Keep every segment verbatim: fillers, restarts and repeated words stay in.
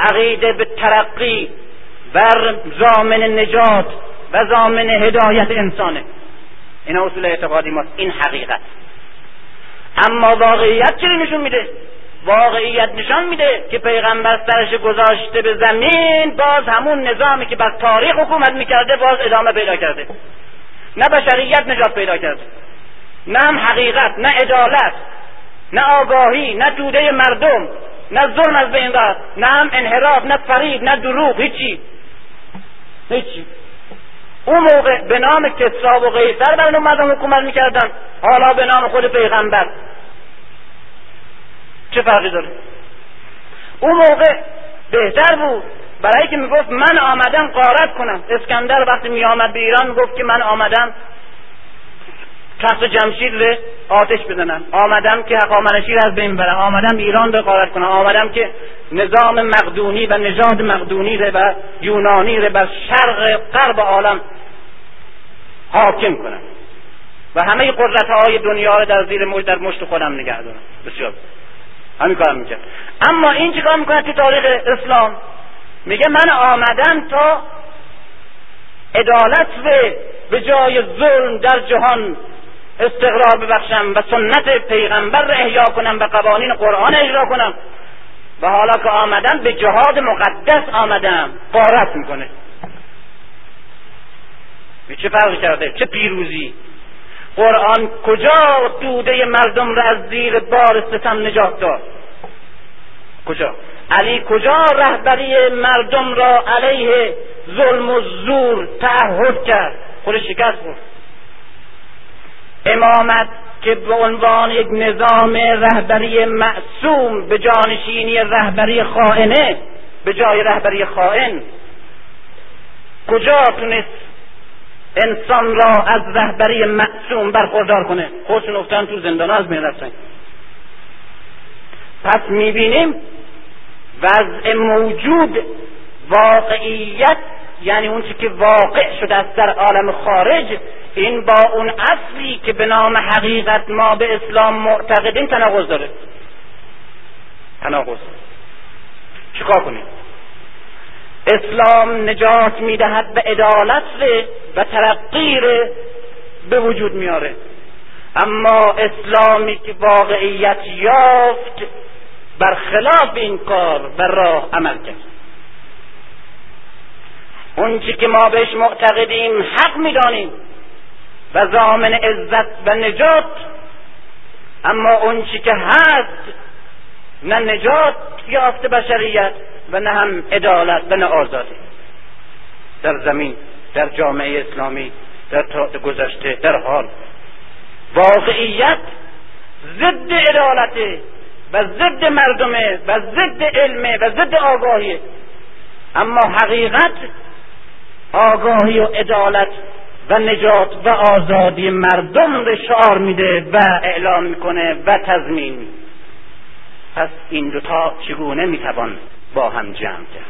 عقیده به ترقی بر ضامن نجات و ضامن هدایت انسانه. این اصول اعتقادی ماست، این حقیقت. اما واقعیت چی نشون میده؟ واقعیت نشان میده که پیغمبر سرش گذاشته به زمین، باز همون نظامی که بر تاریخ حکومت میکرده باز ادامه پیدا کرده. نه بشریت نجات پیدا کرده، نه هم حقیقت، نه عدالت، نه آگاهی، نه توده مردم، نه ظلم از بین رفت، نه هم انحراف، نه فریب، نه دروغ، هیچی هیچی. اون موقع به نام کسری و قیصر بر مردم حکومت میکردن، حالا به نام خود پیغمبر. چه فرقی داره؟ اون موقع بهتر بود، برای که میگفت من آمدم غارت کنم. اسکندر وقتی می آمد به ایران میگفت که من آمدم تخت جمشید رو آتش بزنم، آمدم که هخامنشی رو از بین برم، آمدم ایران رو غارت کنم، آمدم که نظام مقدونی و نژاد مقدونی رو و یونانی رو بر شرق غرب عالم حاکم کنم و همه قدرت‌های دنیا رو در زیر مشت در مشت خودم نگه دارم. بسیار همین کارم میکنه. اما این چیکار میکنه تو تاریخ اسلام؟ میگه من آمدم تا عدالت و به جای ظلم در جهان استقرار ببخشم و سنت پیغمبر را احیا کنم و قوانین قرآن اجرا کنم. و حالا که آمدم به جهاد مقدس آمدم. غارت میکنه. به چه فرقی کرده؟ چه پیروزی؟ قرآن کجا توده مردم را از زیر بار ستم نجات داد؟ کجا؟ علی کجا رهبری مردم را علیه ظلم و زور تعهد کرد؟ خودش شکست خورد. امامت که به عنوان یک نظام رهبری معصوم به جانشینی رهبری خائنه به جای رهبری خائن، کجا تونست انسان را از رهبری معصوم برخوردار کنه؟ خودشون افتادن تو زندان از بین رفتن. پس میبینیم وضع موجود، واقعیت، یعنی اون چی که واقع شده است در عالم خارج، این با اون اصلی که به نام حقیقت ما به اسلام معتقدیم تناقض داره. تناقض. چیکار کنیم؟ اسلام نجات میدهد و عدالت و ترقی به وجود میاره، اما اسلامی که واقعیت یافت برخلاف این کار و راه عمل کرد. اون چی که ما بهش معتقدیم حق میدانیم و ضامن عزت و نجات، اما اون چی که هست نه نجات یافت بشریت و نه هم عدالت و نه آزادی در زمین، در جامعه اسلامی، در گذشته، در حال. واقعیت ضد عدالته و ضد مردمه و ضد علمه و ضد آگاهیه، اما حقیقت آگاهی و عدالت و نجات و آزادی مردم رو شعار میده و اعلام میکنه و تضمین. پس این دوتا چگونه میتوان با هم جمع کرد؟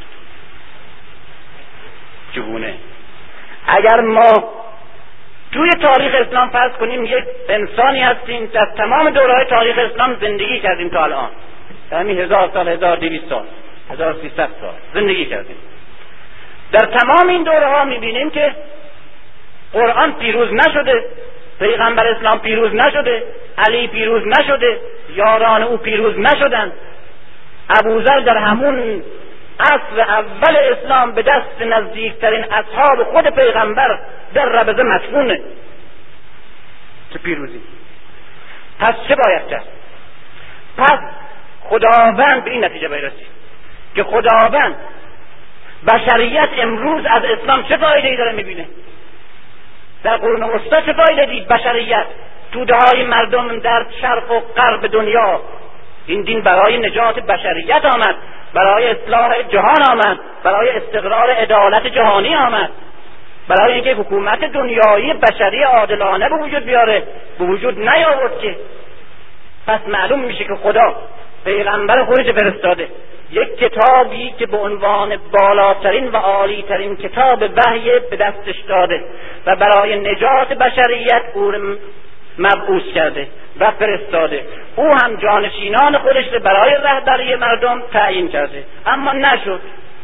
چگونه؟ اگر ما توی تاریخ اسلام فرض کنیم یک انسانی هستیم در تمام دوره‌های تاریخ اسلام زندگی کردیم تا الان، در همین هزار سال، هزار و دویست سال، هزار و سیصد سال زندگی کردیم. در تمام این دوره ها میبینیم که قرآن پیروز نشده، پیغمبر اسلام پیروز نشده، علی پیروز نشده، یاران او پیروز نشدن. ابوذر در همون عصر اول اسلام به دست نزدیکترین اصحاب خود پیغمبر در ربضه مدفونه. چه پیروزی! پس چه باید کرد؟ پس خداوند به این نتیجه برسید که خداوند بشریت امروز از اسلام چه فایده‌ای داره میبینه. در قرون وسطی چه فایده دید بشریت؟ توده های مردم در شرق و غرب دنیا. این دین برای نجات بشریت آمد، برای اصلاح جهان آمد، برای استقرار عدالت جهانی آمد، برای اینکه حکومت دنیایی بشری عادلانه به وجود بیاره. به وجود نیاورد که. پس معلوم میشه که خدا پیغمبر خودش فرستاده، یک کتابی که به عنوان بالاترین و عالیترین کتاب وحی به دستش داده و برای نجات بشریت او مبعوث کرده و فرستاده، او هم جانشینان خودش رو برای رهبری مردم تعیین کرده، اما نشد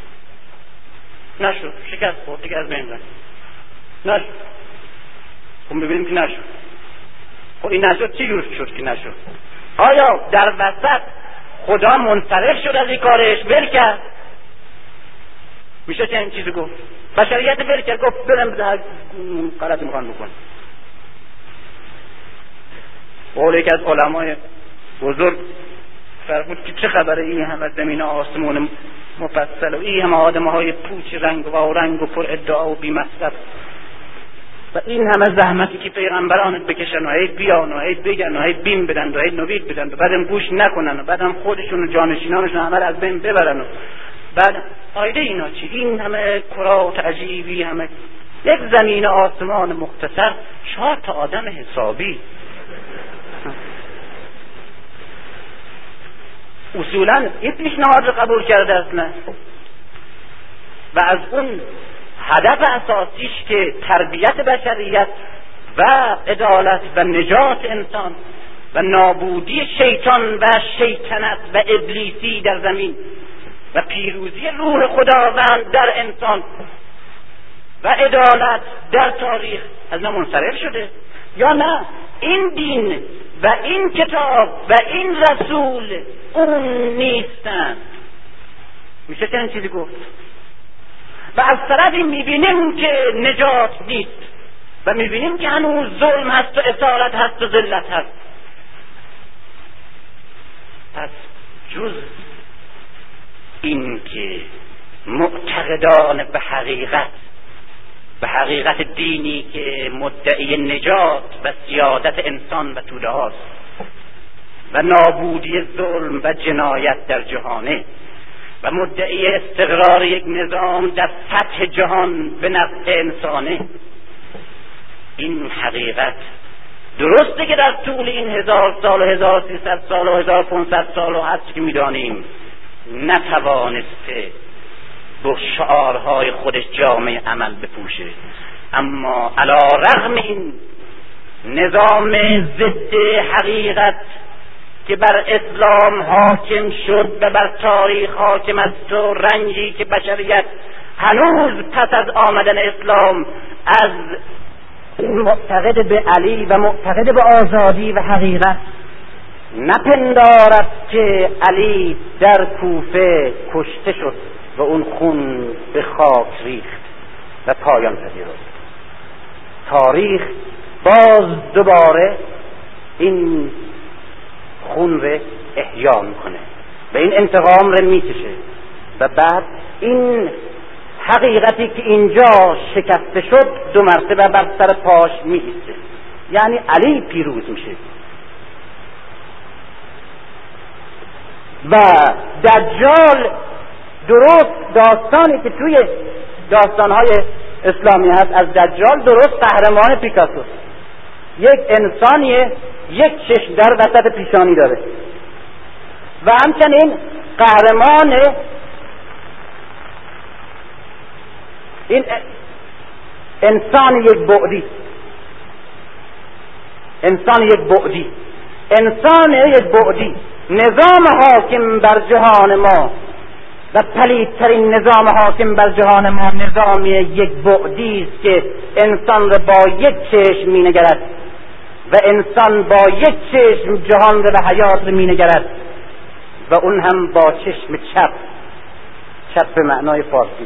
نشد شکست خورد دیگه، از بین رفت، نشد. خب ببینیم که نشد. خب این نشد چی جور شد که نشد؟ آیا در وسط خدا منصرف شد از این کارش ول کرد؟ میشه چنین چیزی گفت؟ بشریت ول کرد، گفت برم هر غلطی میخوان بکن. قول یکی از علمای بزرگ فرمود که چه خبره این همه زمین و آسمون مفصل و این همه آدمهای پوچ رنگ و رنگ و پر ادعا و بی مصرف و این همه زحمتی که پیغمبرانت بکشن و هی بیان و هی بگن و هی بیم بدن و هی نوید بدن و بعدم گوش نکنن و بعدم خودشون و جانشینانشون همه از بین ببرن و بعد آیده اینا چی؟ این همه کرات عجیبی، همه یک زمین آسمان مختصر، چهار تا آدم حسابی. اصولا این پیشنهاد رو قبول کرده اصلا و از اون هدف اساسیش که تربیت بشریت و عدالت و نجات انسان و نابودی شیطان و شیطنت و ابلیسی در زمین و پیروزی روح خداوند در انسان و عدالت در تاریخ از ما منصرف شده یا نه؟ این دین و این کتاب و این رسول اون نیستن. میشه چنین چیزی گفت؟ و از طرفی میبینیم که نجات نیست و میبینیم که هنوز ظلم هست و اسارت هست و ذلت هست. پس جز این که معتقدان به حقیقت به حقیقت دینی که مدعی نجات و سیادت انسان و توده هاست و نابودی ظلم و جنایت در جهانه و مدعی استقرار یک نظام در سطح جهان به نفع انسانه، این حقیقت درسته که در طول این هزار سال و هزار و سیصد سال و هزار و پانصد سال و هر چی که میدانیم نتوانسته با شعارهای خودش جامعه عمل بپوشه، اما علی رغم این نظام ضد حقیقت که بر اسلام حاکم شد و بر تاریخ حاکم است و رنجی که بشریت هنوز پس از آمدن اسلام از معتقد به علی و معتقد به آزادی و حقیقت نپندارد که علی در کوفه کشته شد و اون خون به خاک ریخت و پایان پذیرفت. تاریخ باز دوباره این خون رو احیا میکنه و این انتقام رو میکشه و بعد این حقیقتی که اینجا شکسته شد دو مرتبه بر سر پاش میایسته، یعنی علی پیروز میشه و دجال درست داستانی که توی داستانهای اسلامی هست از دجال درست قهرمان پیکاسو، یک انسانیه یک چشم در وسط پیشانی داره و همچنین قهرمان این انسان یک بعدی انسان یک بعدی انسان یک بعدی نظام حاکم بر جهان ما و پلیدترین نظام حاکم بر جهان ما نظام یک بعدی است که انسان را با یک چشم می‌نگرد و انسان با یک چشم جهان را و حیات را می‌نگرد و اون هم با چشم چپ، چپ به معنای فارسی.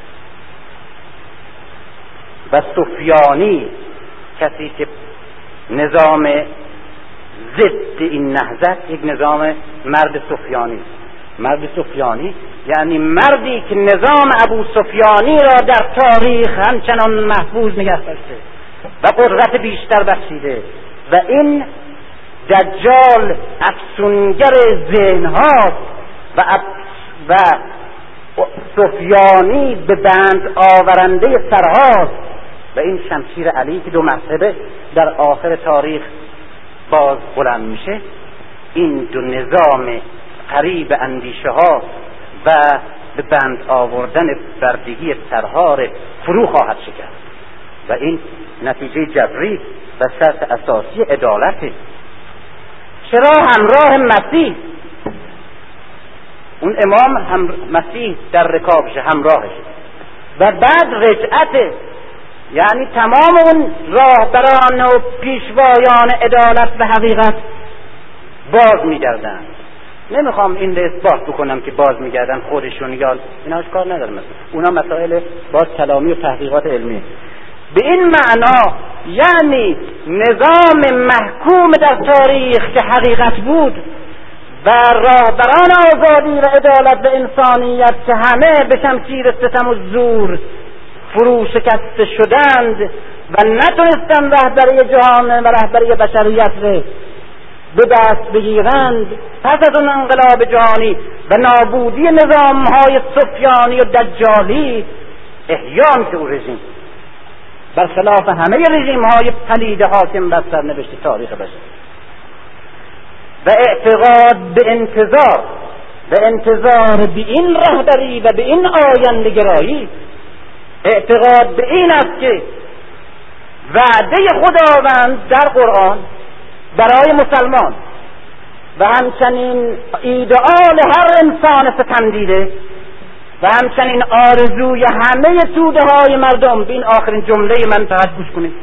و سفیانی کسی که نظام ضد این نهضت، یک نظام مرد سفیانی مرد سفیانی یعنی مردی که نظام ابو سفیانی را در تاریخ همچنان محفوظ نگه داشته و قدرت بیشتر بخشیده و این دجال افسونگر ذهن‌هاست و اب و سفیانی به بند آورنده سرهاست و این شمشیر علی که دو مرتبه در آخر تاریخ باز بلند میشه، این دو نظام قریب اندیشه ها و به بند آوردن بردگی سرها فرو خواهد شکست و این نتیجه جبری و شرط اساسی عدالته. چرا همراه مسیح، اون امام هم مسیح در رکابشه، همراهش، و بعد رجعته، یعنی تمام اون راهبران و پیشوایان عدالت و حقیقت باز میگردن. نمیخوام این رو اثبات بکنم که باز میگردن خودشون یا ایناش کار ندارم، مثلا اونا مسائل باز کلامی و تحقیقات علمی. به این معنا یعنی نظام محکوم در تاریخ که حقیقت بود و راهبران آزادی و عدالت و انسانیت که همه به شمشیر ستم و زور فرو شکسته شدند و نتونستن رهبری جهان و رهبری بشریت رو به دست بگیرند پس از اون انقلاب جهانی و نابودی نظام‌های سفیانی و دجالی، احیا میشه او رژیم برخلاف همه رژیم‌های پلید حاکم بر سرنوشت تاریخ بشر. و اعتقاد به انتظار و انتظار به این رهبری و به این آینده گرایی، اعتقاد به این است که وعده خداوند در قرآن برای مسلمان و همچنین ایدئال هر انسان ستمدیده و همچنین آرزوی همه توده های مردم، به این آخرین جمله من فقط گوش کنید،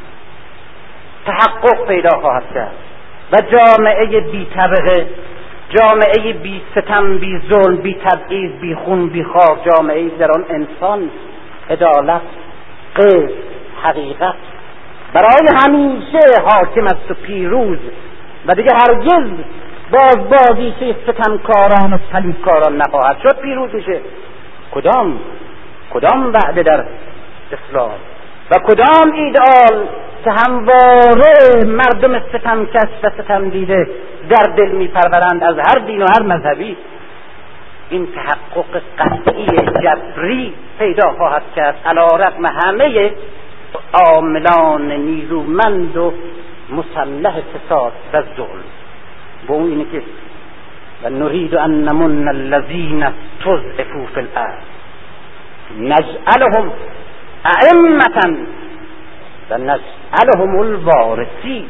تحقق پیدا خواهد کرد و جامعه بی طبقه، جامعه بی ستم، بی ظلم، بی تبعیض، بی خون، بی خاک، جامعه در آن انسان عدالت، قسط، حقیقت برای همیشه حاکم است و پیروز و دیگه هرگز باز بازیچه ستمکاران و پلیدکاران نخواهد شد، پیروز میشه. کدام کدام وعده در اسلام و کدام ایدئال که همواره مردم ستمکش و ستم دیده در دل میپرورند از هر دین و هر مذهبی، این تحقق قطعی جبری پیدا خواهد کرد علی رغم همه عاملان نیرومند و مسلح فساد و ظلم. و اون اینه که و نرید ان نمن الذین استضعفوا فی الارض نجعلهم ائمة و نجعلهم الوارثین.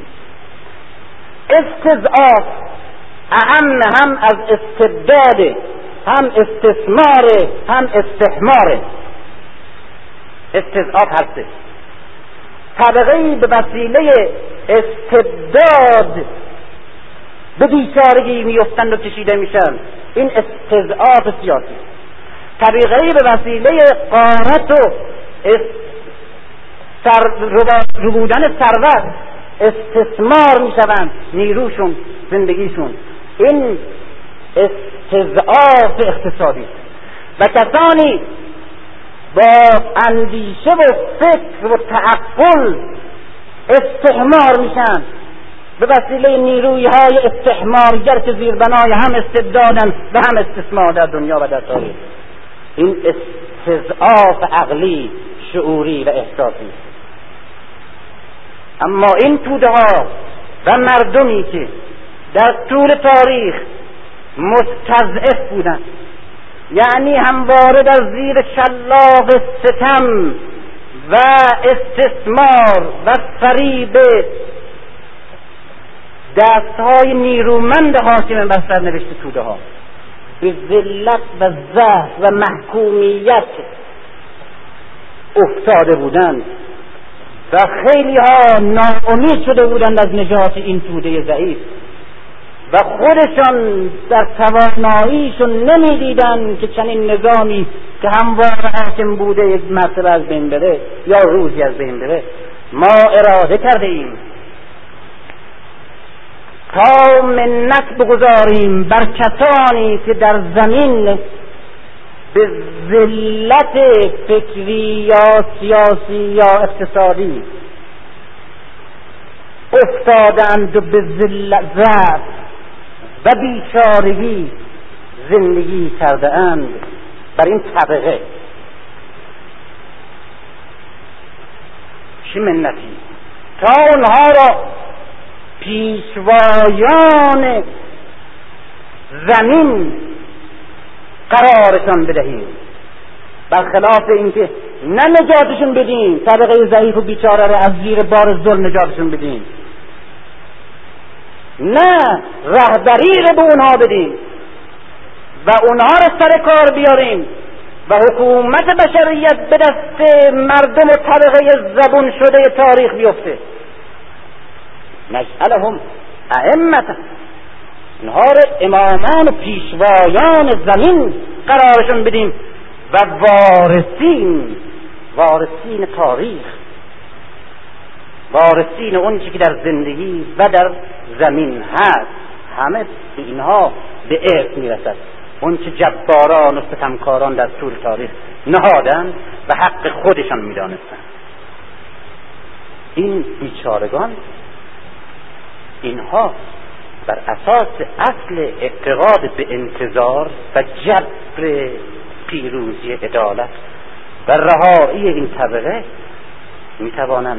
استضعاف اعم هم از استبداد، هم استثمار، هم استحمار. استضعاف هسته طبقه‌ای به وسیله استبداد به بیچارگی میفتند و کشیده میشن، این استضعاف سیاسی. طبقه‌ای به وسیله غارت و ربودن ثروت استثمار میشوند، نیروشون، زندگیشون، این استضعاف اقتصادی. و کسانی با اندیشه و فکر و تعقل استحمار میشن به وسیله نیروی های استحمارگر که زیربنای هم استبدادن و هم استثمار در دنیا و در تاریخ. این استضعاف عقلی، شعوری و احساسی. اما این توده ها و مردمی که در طول تاریخ مستضعف بودند، یعنی همواره در زیر شلاق ستم و استثمار و فریب دستهای نیرومند حاکم بر سرنوشت توده ها به ذلت و ضعف و محکومیت افتاده بودند و خیلی ها ناامید شده بودند از نجات این توده ضعیف و خودشان در تواناییشون نمیدیدن که چنین نظامی که همواره حاکم بوده یک مرتبه از بین بره یا روزی از بین بره. ما اراده کرده ایم تا منت بگذاریم بر کسانی که در زمین به ذلت فکری یا سیاسی یا اقتصادی افتادند و به ذلت و بیچارگی زندگی کرده اند. بر این طبقه چه منتی تا اونها را پیشوایان زمین قرارشان بدهیم، برخلاف اینکه نه نجاتشون بدیم، طبقه ضعیف و بیچاره رو از زیر بار ظلم نجاتشون بدیم، نه رهبری رو به اونها بدیم و اونها رو سر کار بیاریم و حکومت بشریت به دست مردم و طبقه زبون شده تاریخ بیفته. نجعلهم ائمة، اونها رو امامان و پیشوایان زمین قرارشون بدیم و وارثین وارثین تاریخ، وارثین اون چی که در زندگی و در زمین هست. همه اینها به ارث میرسد، اون چه جباران و ستمکاران در طول تاریخ نهادن و حق خودشان میدانستند. این بیچارگان، اینها بر اساس اصل اعتقاد به انتظار و جبر پیروزی عدالت و رهایی این طبقه میتوانند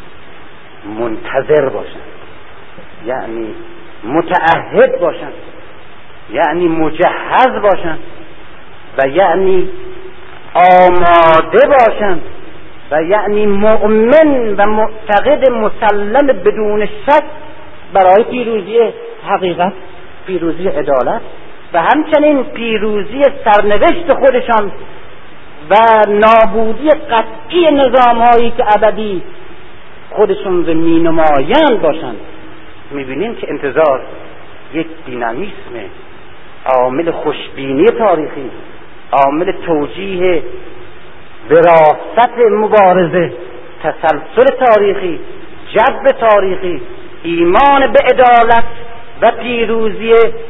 منتظر باشند، یعنی متعهد باشند، یعنی مجهز باشند و یعنی آماده باشند و یعنی مؤمن و معتقد مسلم بدون شک برای پیروزی حقیقت، پیروزی عدالت و همچنین پیروزی سرنوشت خودشان و نابودی قطعی نظام‌هایی که ابدی خودشون رو مینمایند باشند. میبینیم که انتظار یک دینامیسم، عامل خوشبینی تاریخی، عامل توجیه وراثت مبارزه، تسلسل تاریخی، جذب تاریخی، ایمان به عدالت و پیروزی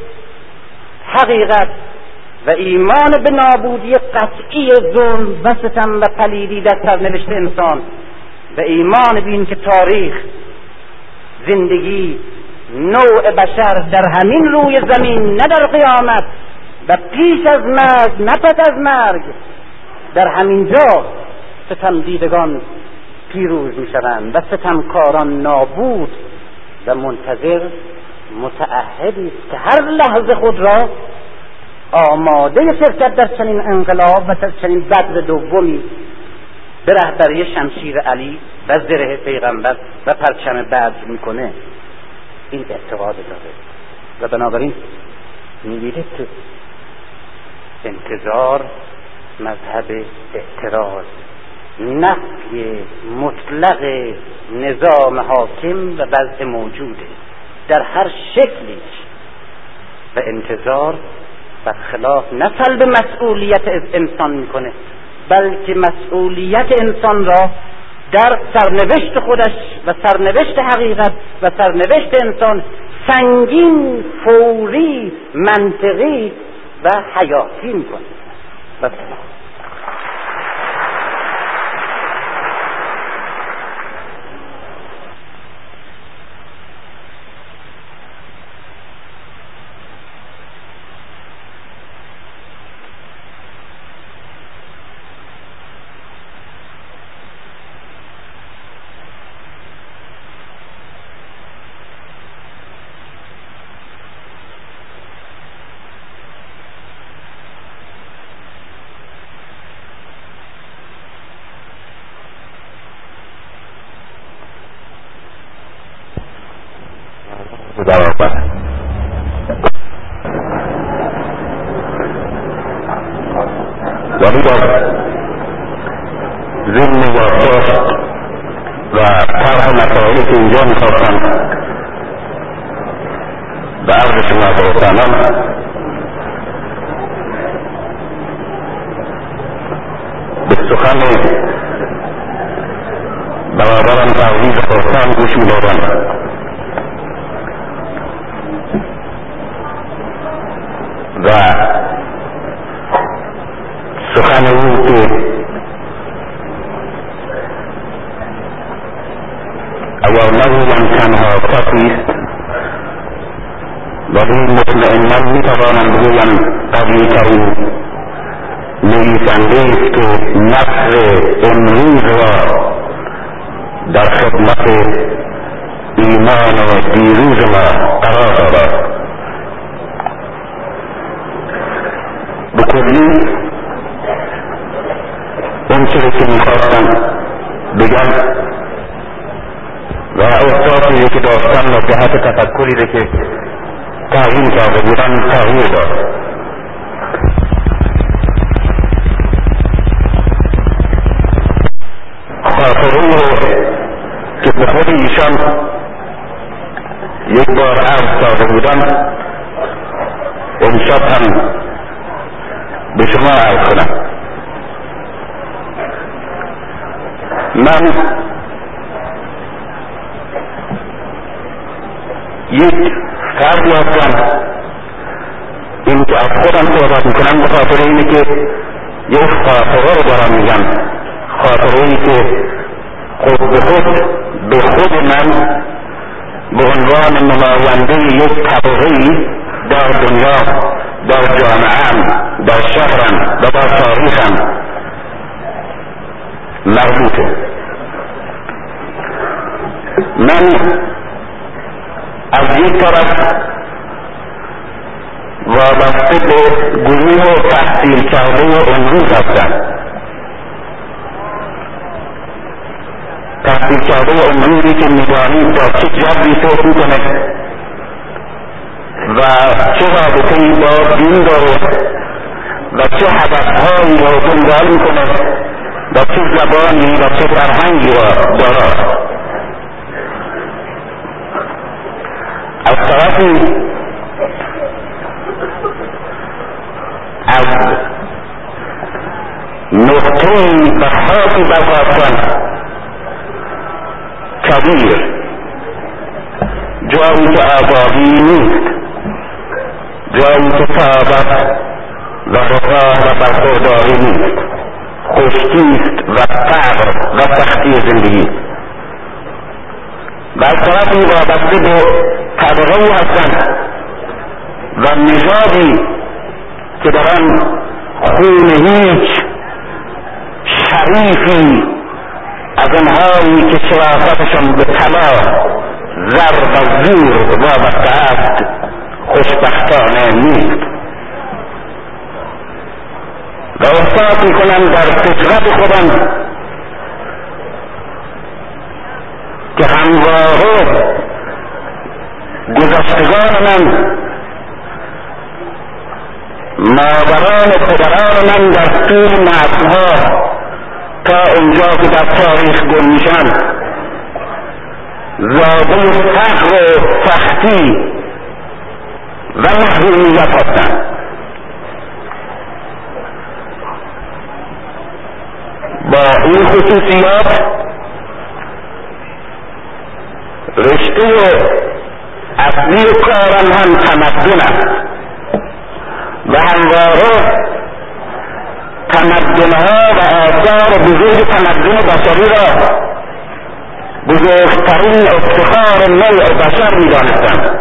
حقیقت و ایمان به نابودی قطعی ظلم و ستم و پلیدی در سرنوشت انسان و ایمان به این که تاریخ، زندگی، نوع بشر در همین روی زمین نه در قیامت و پیش از مرگ نه پس از مرگ، در همین جا ستم دیدگان پیروز می شوند و ستمکاران نابود و منتظر متعهدی است که هر لحظه خود را آماده شرکت در چنین انقلاب و در چنین بدر دومی به رهبری شمشیر علی و زره پیغمبر و پرچم بدر میکنه. این اعتقاد داره و بنابراین میگه که انتظار مذهب اعتراض، نفی مطلق نظام حاکم و وضع موجوده در هر شکلیش و انتظار برخلاف نه سلب مسئولیت از انسان میکنه، بلکه مسئولیت انسان را در سرنوشت خودش و سرنوشت حقیقت و سرنوشت انسان سنگین، فوری، منطقی و حیاتی میکنه. بس برابر ولی با ضمن واضح و طرح مسائلی که اینجا میخواستم به عرض شما برسانم، به سخن برادرم تعویض خواستم گوش میدادم و سخن او که اگر نگویم تنها کسی است ولی مطمئنا میتوانم بگویم قوی ترین نویسنده است که نسل امروز را در خدمت ایمان و دیروز ما قرار دارد. بکلی اون چه رو که میخواستم بگم و احساسی که داشتم و جهت تفکری رو که تعیین کرده بودم تغییر داد. خاطره رو که به خود ایشان یک بار عرض کرده بودم امشب هم به شما عرض کنم. من یک فرد هستم، این که از خودم صحبت میکنم به خاطر اینه که یک خاطره رو دارم میگم، خاطره ای که خود به خود به خود من به عنوان نماینده یک طبقه‌ای در دنیا، در جامعه‌ام، در شهرم و در تاریخم مربوطه. من از یک طرف وابسته به گروه تحصیل کرده امروز هستم. تحصیل کرده امروزی که می‌دانید در چه جبری فکر می‌کنه و چه رابطه‌ای با دین داره و چه هدف‌هایی را دنبال می‌کنه و چه زبانی و چه فرهنگی را دارد. از طرفی از نقطه‌ای و خاصی برخاستن کبیر، جایی که آزادی نیست، جایی که طاقت و رفاه و برخورداری نیست، خشکیست و فقر و سختی زندگی. و از طرفی وابسته به طبقه‌ای هستند و نژادی که در آن خون هیچ شریفی از آنهایی که شرافتشان به طلا، زر و زور وابسته است خوشبختانه نیست. و احساس میکنم در فطرت خودم که همواره گذشتگان من، مادران و پدران من در طول نسل‌ها تا اونجا که در تاریخ گم میشن زاده فقر و سختی و محرومیت هستند. با این خصوصیات رشته اصلی کارم هم تمدن است و همواره تمدنها و آثار بزرگ تمدن بشری را بزرگترین افتخار نوع بشر می‌دانستم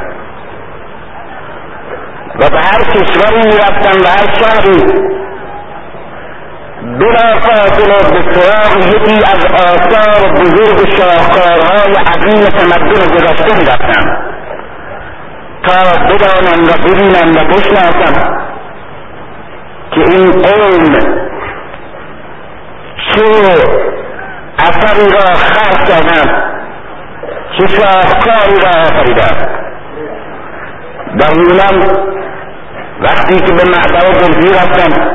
و به هر کشوری می‌رفتم و هر شهری بلافاصله به سراغ یکی از آثار بزرگ شاهکارهای عظیم تمدن گذشته می‌رفتم تا بدانم و ببینم و بشناسم که این قوم چه اثری را خلق کردند، چه شاهکاری را آفریدند. در یونان وقتی که به معبد دلفی رفتم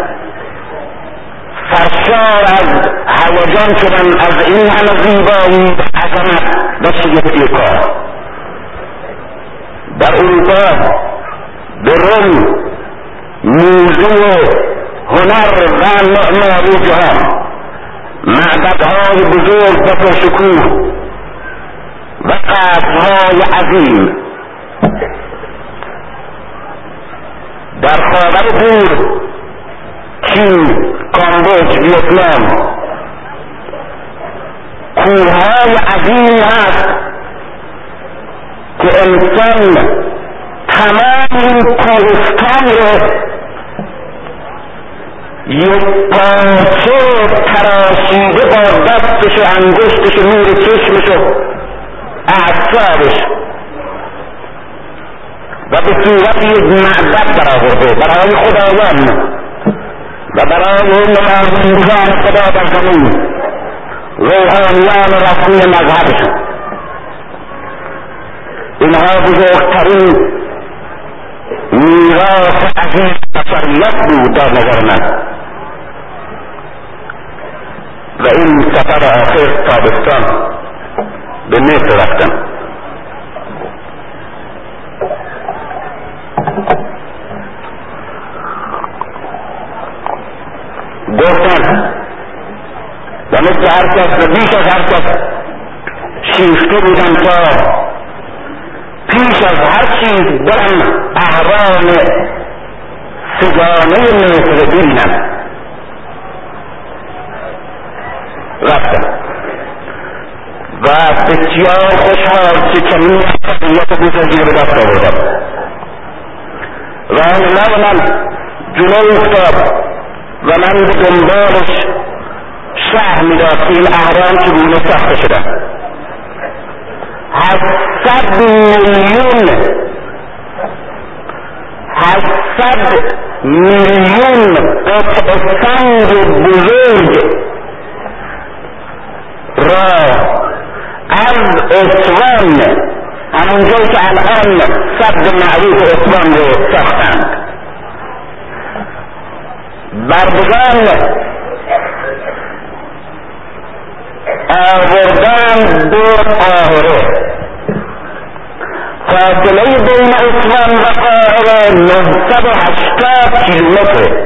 سرشار از هیجان شدم از این همه زیبایی، عظمت و شگفتی کار. در اروپا به روم موزه هنر و معماری جهان، معبدهای بزرگ و پرشکوه و قصرهای عظیم، در خاور دور چین، کامبوج، ویتنام کوههای عظیم هست که انسان تمام این کوهستان رو یک پارچه تراشیده با دستش و انگشتش و نور چشمش و اعصابش و به صورت یک معبد برآورده برای خدایان و برای نمایندگان خدا در زمین، روحانیان رسمی مذهبشون. اینها بزرگترین میراث عظیم بشریت بود در نظر من. و این سفر آخر تابستان به مصر رفتم. گفتن و مثل هر کس و بیش از هر کس شیفته بودم تا پیش از هر چیز برم اهرام سگانه مصر ببینم. رفتم و بسیار خوشحال که چنین شخصیت بزرگی به دست آوردم. راهنمای من جلو افتاد و من به دنبالش شهر میداد که این اهرام چگونه ساخته شدن. هشتصد میلیون هشتصد میلیون قطعه سنگ بزرگ را از اسوان، همونجایی که الان سد معروف اسوان رو ساختند، بردگان آوردن دو قاهره. فاصله بین اسوان و قاهره نهصد و هشتاد کیلومتر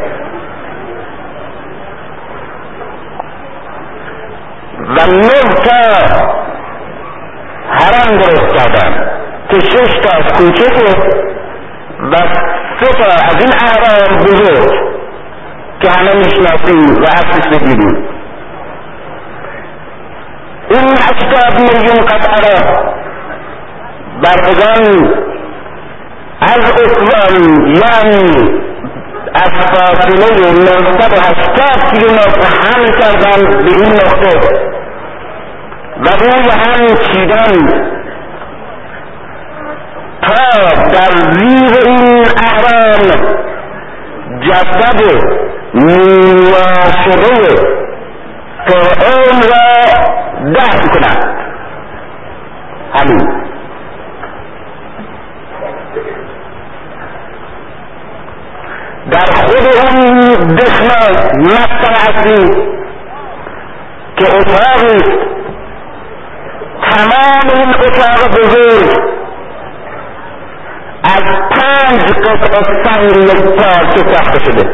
و نه تا حرم درست کردن که شش تا از کوچکه و سه تا از این اهرام بزرگ که همه میشناسیم و اصلش بگیریم. این هشتاد میلیون قطعه را بردگان از اسوان، یعنی از فاصله نهصد و هشتاد کیلومتر حمل کردن به این نقطه و روی هم چیدن تا در زیر این اهرام جسد نیاشده فرعون را دفن کنند. همین در خود اون دشمن مقطع اصلی که اتاقی تمام این اتاق بزرگ از پنج قطعه سنگ یک پارچه ساخته شده.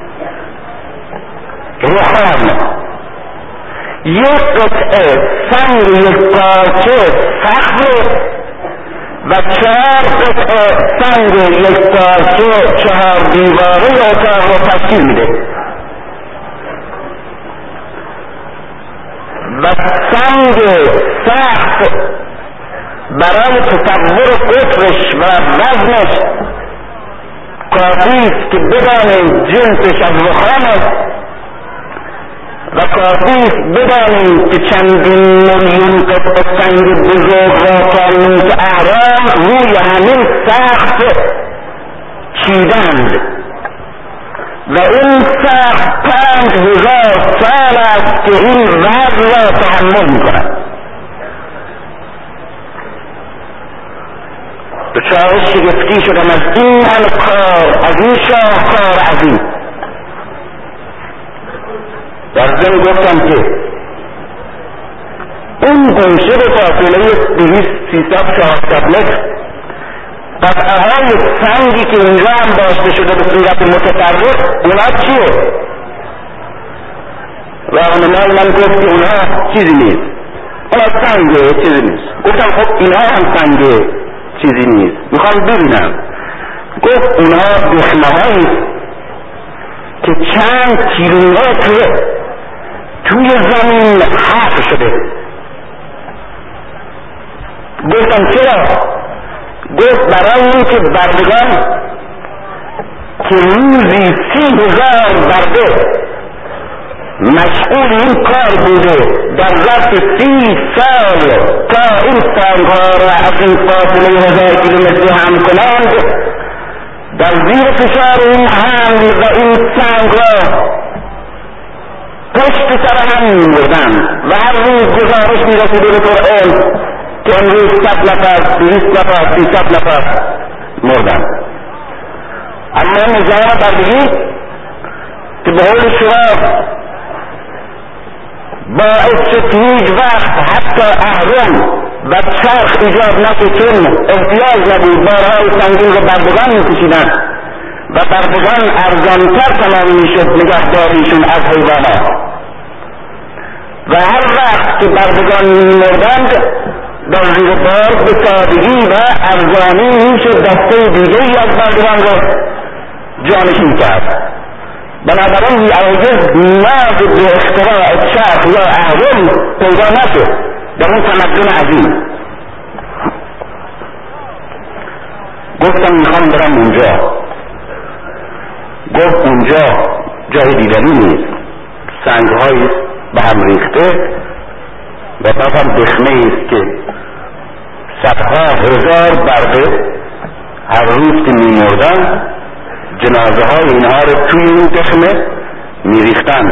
روحان یک قطعه سنگ یک پارچه سخت و چهار قطعه سنگ یک پارچه چهار دیواره اتاق رو تشکیل میده و سنگ سخت برای تصور قطرش و وزنش کافیست که بدانیم جنسش از رخامه و کافیست بدانیم که چندین میلیون قطعه سنگ بزرگ را تا که اهرام روی همین سخت چیدند و این سخت پنج هزار سال است که این وزن را تحمل میکند. دچار شگفتی شدم از این همه کار، از این شاهکار عظیم. در ضمن گفتم که اون گوشه به فاصله دویست سیصد چهارصد متر قطعه های سنگی که اینجا هم داشته شده به صورت متفرق، اونا چیه؟ راهنمای من گفت که اونها چیزی نیست، اونا سنگه، چیزی نیست. گفتم خب اینها هم سنگه، چیزی نیست، میخوام ببینم. گفت اونها دخمه هایی که چند کیلومتر توی زمین حفر شده. گفتم چرا؟ گفت برای این که بردگان که روزی سی هزار برده مشغول این کار بوده در ظرف سی سال تا این سنگها را از این فاصله هزار کیلومتری حمل کنند، در زیر فشار این حمل و این سنگ را به سر هم می‌مردند و هر روز گزارش می‌رسید به قرآن که امروز صد نفر، دویست نفر، سیصد نفر مردند. اما نظام بردگی که به قول شما باعث شد هیچ وقت حتی اهرم و چرخ ایجاد نشد، چون احتیاج نبود بارهای سنگین رو بردگان می‌کشیدند و بردگان ارزانتر تمام میشد نگهداریشون از حیوانات و هر وقت که بردگان می‌مردند در زیر بار به سادگی و ارزانی میشد دسته دیگری از بردگان رو جانشین کرد. بنابراین هرگز نیاز به اختراع چرخ یا اهرم پیدا نشد در اون تمدن عظیم. گفتم میخوام برم اونجا. گفت اونجا جای دیدنی نیست، سنگ‌های به هم ریخته و بعد هم دخمه ایست که صدها هزار برده هر روز که می‌مردن جنازه های اینها رو توی این دخمه می‌ریختن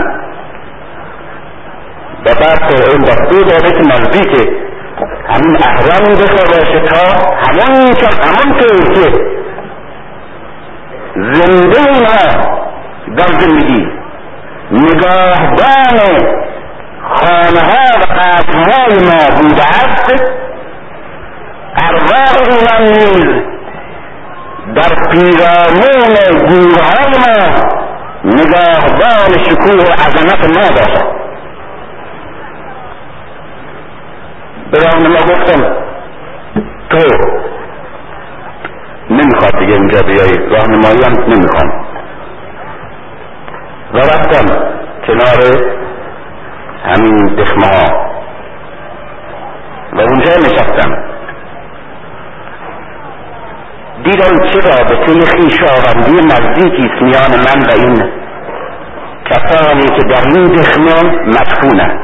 و بعد تو این دستور داده که نزدیک همین اهرام دخمه باشه تا همون همون طور که زنده اینها در زندگی نگاهبان خانه ها و قصرهای ما بوده است، ارواح اینان نیز در پیرامون گورهای ما نگاهبان شکوه و عظمت ما باشد. به راهنما گفتم تو نمیخواد دیگه اینجا بیایی، راهنمایی هم نمیخوام و رفتم کنار همین دخمه ها و اونجا نشستم. دیدم چه رابطه خویشاوندی نزدیکی میان من و این کسانی که در این دخمه مدفونند.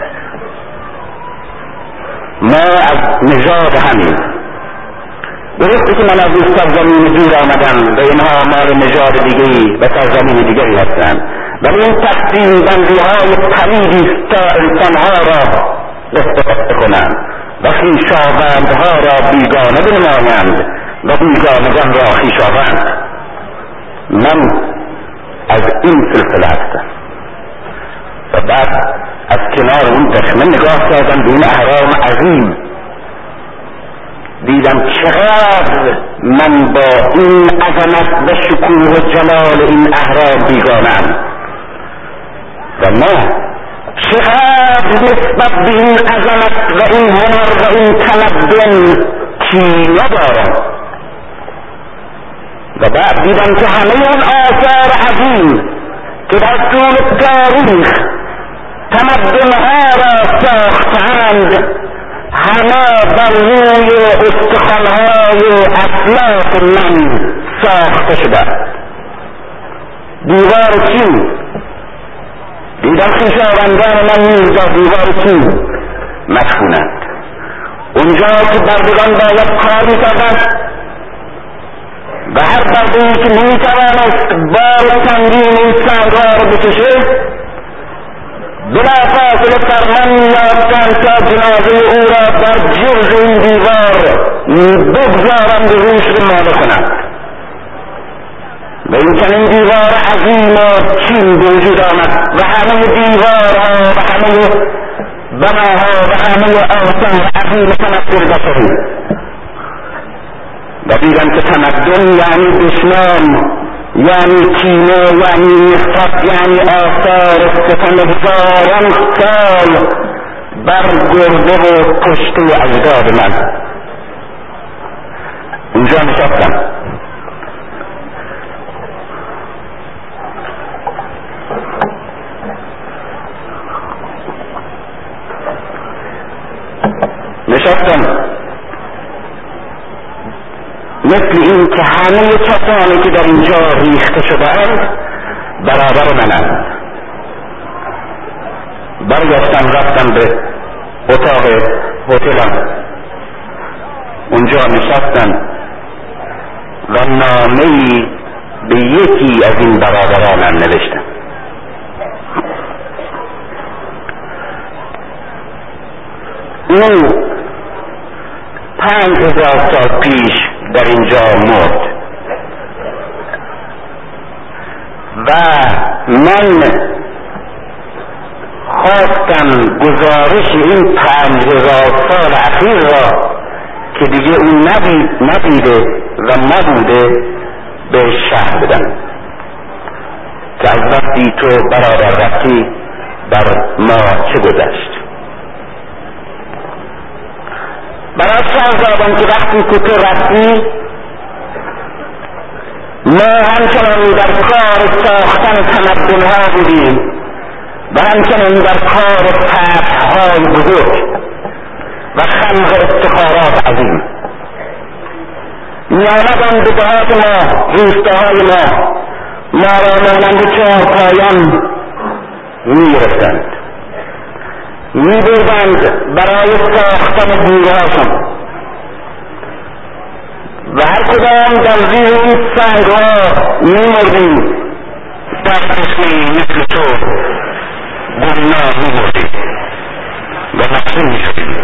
ما از نژاد همین، درسته که من از این سرزمین دور آمدم و اینها مال نژاد دیگری و سرزمین دیگری هستند، ولی این تقسیم بندی های پلیدی است تا انسانها را استفاده کنند و خویشاوندها را بیگانه بنمایند و بیگانگان را خویشاوند. من از این سلسله هستم. و بعد از کنار اون دخمه نگاه کردم به این اهرام عظیم، دیدم چقدر من با این عظمت و شکوه و جلال این اهرام بیگانه‌ام و ما چقدر نسبت به این عظمت و این هنر و این تمدن کینه دارم. و بعد دیدم که همه اون آثار عظیم که در طول تاریخ تمدنها را ساختند همه بر روی استخوان‌های اسلاف من ساخته شده. دیوار چین دیدم خویشاوندان من نیز در دیوار چین مدفونند. اونجا که بردگان باید کار می‌کردند و هر برده‌ای که می‌توانست بار سنگین این سنگ‌ها را بکشه بلافاصله فرمان می‌یافتند تا جنازه او را در جرز این دیوار بگذارند و روش رو ماله کنند. و این چنین دیوار عظیم و چین به وجود آمد و همه دیوارها و همه بناها و همه آثار عظیم تمدن بشری. و دیدم که تمدن یعنی دشمن، یعنی کینه، یعنی نفرت، یعنی آثار ستم هزاران سال بر گرده و کشته اجداد من. اونجا نشستم. نشستم مثل این که همه کسانی که در اینجا ریخته شده‌اند برابر منند. برگشتم رفتم به اتاق هتلم، اونجا نشستم و نامه‌ای به یکی از این برادرانم نوشتم. نو پنج هزار سال پیش در اینجا مرد و من خواستم گزارش این پنج هزار سال اخیر را که دیگه اون ندیده و نبوده به شهر بدم که از وقتی تو برادر رفتی بر ما چه گذشت. برای شاهزادان که وقتی که تو رفتی ما همچنان در کار ساختن تمدن‌ها بودیم و همچنان در کار فتح‌های بزرگ و خلق افتخارات عظیم. می‌آمدند به دهات ما، روستاهای ما، ما را مانند چهارپایان می‌گرفتند، می‌بردند برای ساختن گورهاشان و هر کدام در زیر این سنگ‌ها می‌مردیم. سرخشمی مثل تو گمنام می‌مردیم و مقصود می‌شدیم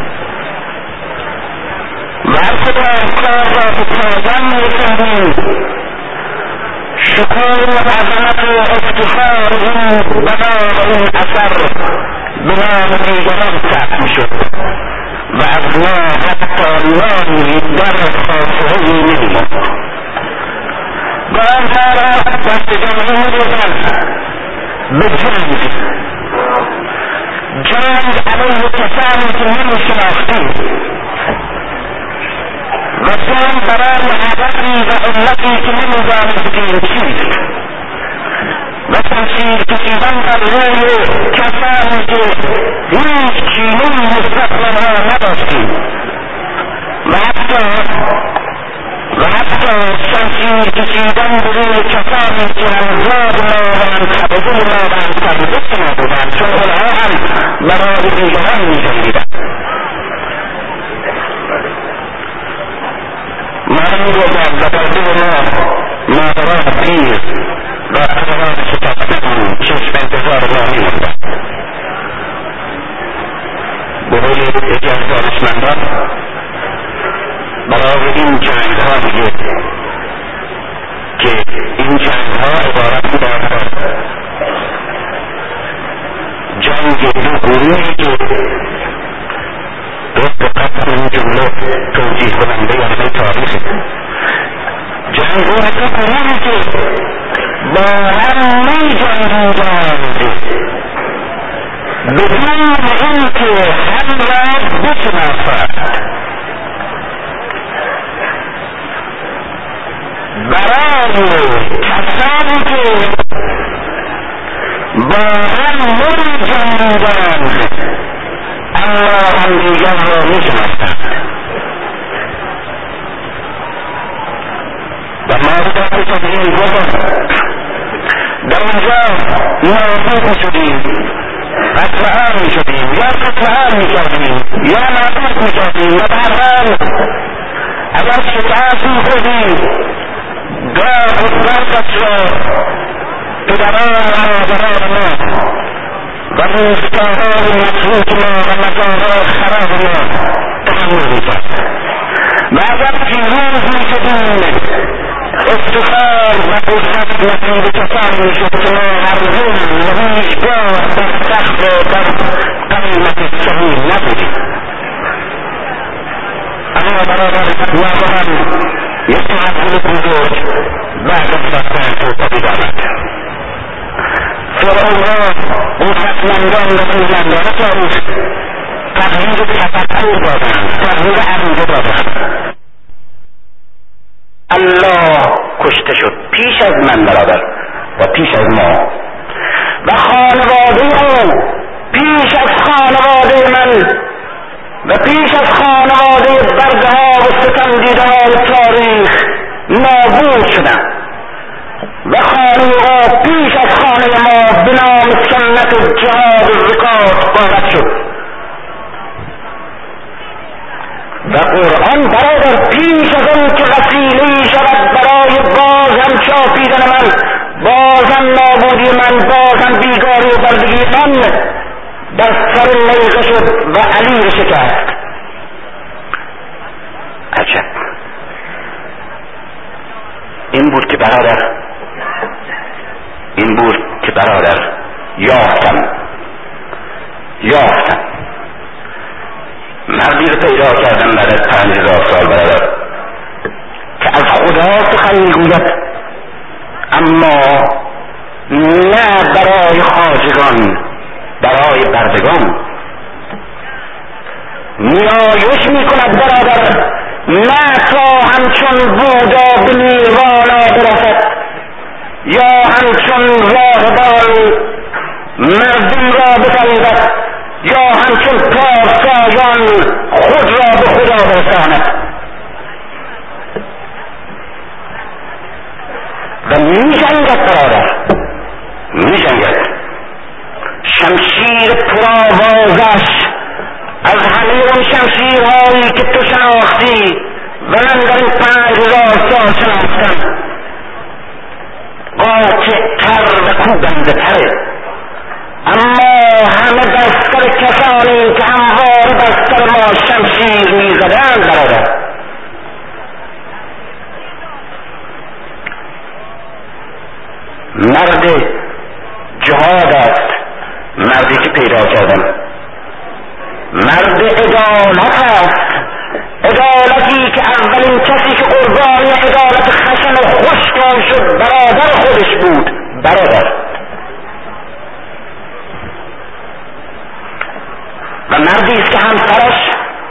و هر کدام کار را به پایان می‌رساندیم. شکوه و عظمت و افتخار این بنا و این اثر به نام دیگران ثبت می‌شد و از ما حتی نامی در خاطره‌ای نمی‌ماند. با آن کارها دست جمعی می‌دادند به جنگ جنگ علیه کسانی که نمی‌شناختیم و جنگ برای هدفی و علتی که نمی‌دانستیم چیست و شمشیر کشیدن بر روی کسانی که هیچ کینه‌ای نسبت به آنها نداشتیم و حتی و حتی شمشیر کشیدن به روی کسانی که همزاد ما و منطبقه ما و منطبقه ما بودند، چون آنها هم برای دیگران می‌جنگیدند. ما می‌گویند و در دل ما مادران پیر و پدران شکسته‌مان چشم انتظار ما می‌ماندند. به قول یکی از دانشمندان برای این جنگ‌ها میگه که این جنگ‌ها عبارت بودند از جنگ دو گروهی که به دقت این جمله توجیه کننده علم تاریخ جنگ دو گروهی که با هم می‌جنگیدند بدون اینکه هم را بشناسند. برای کسانی که با هم نمی‌جنگیدند اما همدیگر را می‌شناختند و ما بودند که این گفتم در اونجا نابود می‌شدیم، قتل عام می‌شدیم یا قتل عام می‌کردیم یا نابود می‌کردیم و بعداً اگر شکست می‌خوردیم گاه و برکت را پدران و مادران ما و روستاهای متروک ما و مزارع خراب ما تحمل می‌کرد و اگر پیروز می‌شدیم افتخار و عزت نصیب کسانی می‌شد که ما هرگز و هیچگاه در تخت و در قیمت صحیح نبودیم. اما برادر ناگهان یک تحول بزرگ بعد از رفتن تو پدید آمد. فرعونها قدرتمندان و پویندان تاریخ تغییر تفکر دادند، تغییر عقیده دادند. الله کشته شد پیش از من برادر و پیش از ما و خانواده او پیش از خانواده من و پیش از خانواده برده ها و ستمدیده های تاریخ نابود شدند و خانه او پیش از خانه ما به نام سنت و جهاد و زکات وارد شد و قرآن برادر پیش از اون که وسیله‌ای شود برای باز هم چاپیدن من، باز هم نابودی من، باز هم بیگاری و بردگی من، در سر نیزه شد و علی شکست این بود که برادر این بود که برادر یافتم یافتم مردی رو پیدا کردم بعد از پنج هزار سال برادر که از خدا سخن میگوید، اما نه برای خواجگان، برای بردگان. نیایش میکند برادر، نه تا همچون بودا به نیروانا برسد، یا همچون راهبان مردم را بفریبد، یا همچون پارسایان خود را به خدا برساند. و می جنگد برادر، می جنگد. شمشیر پرآوازش از همه اون شمشیرهایی که تو شناختی و من در این پنج هزار سال شناختم قاطع‌تر و کوبنده تره، اما همه بستر کسانی که همواره بستر ما شمشیر می زدند برادر. مرد جهاد است مردی که پیدا کردم، مرد عدالت است، عدالتی که اولین کسی که قربانی عدالت خشن و خشکان شد برادر خودش بود برادر. و مردی است که همسرش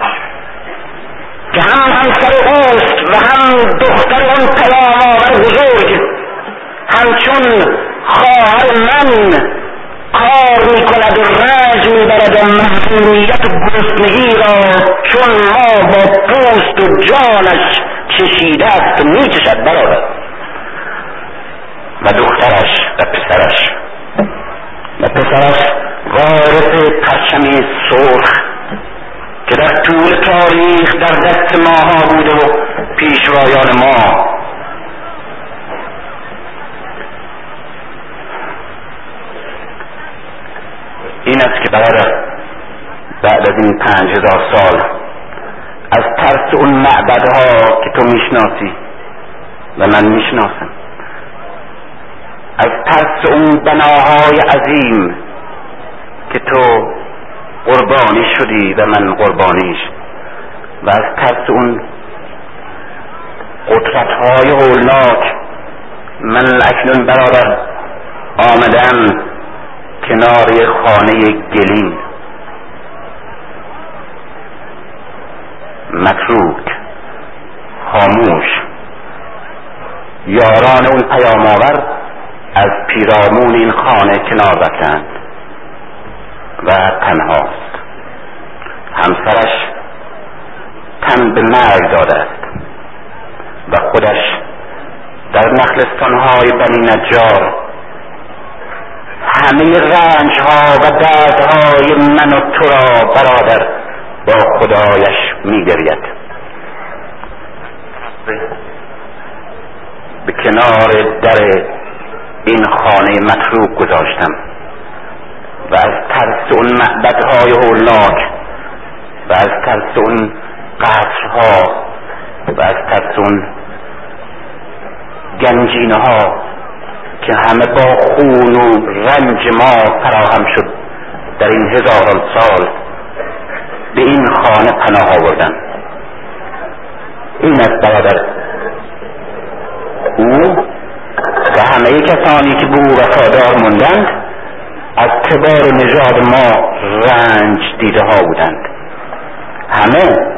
که هم همسر اوست و هم دختر اون پیام آور بزرگ همچون خواهر من کار می کند و رنج می برد و محرومیت و گرسنگی را چون ما با پوست و جانش چشیده است و می کشد برادر. و دخترش و پسرش و پسرش وارث پرچمی سرخ که در طول تاریخ در دست ماها بوده و پیشوایان ما. این است که برادر بعد از این پنج هزار سال از ترس اون معبدها که تو میشناسی و من میشناسم، از ترس اون بناهای عظیم که تو قربانی شدی و من قربانیش، و از ترس اون قدرت‌های هولناک من اکنون برادر آمدم کنار یک خانه گلین متروک خاموش. یاران اون پیام آور از پیرامون این خانه کنار رفتند و تنهاست. همسرش تن به مرگ داده است و خودش در نخلستانهای بنی نجار همه رنجها و دردهای من و تو را برادر با خدایش میگرید. به کنار در این خانه متروک گذاشتم و از ترس اون معبدهای هولناک و از ترس اون قصرها و از ترس اون گنجینه ها که همه با خون و رنج ما فراهم شد در این هزاران سال به این خانه پناه آوردم. این است برادر او و همه کسانی که به او وفادار موندند از کبار نژاد ما رنج دیده ها بودند. همه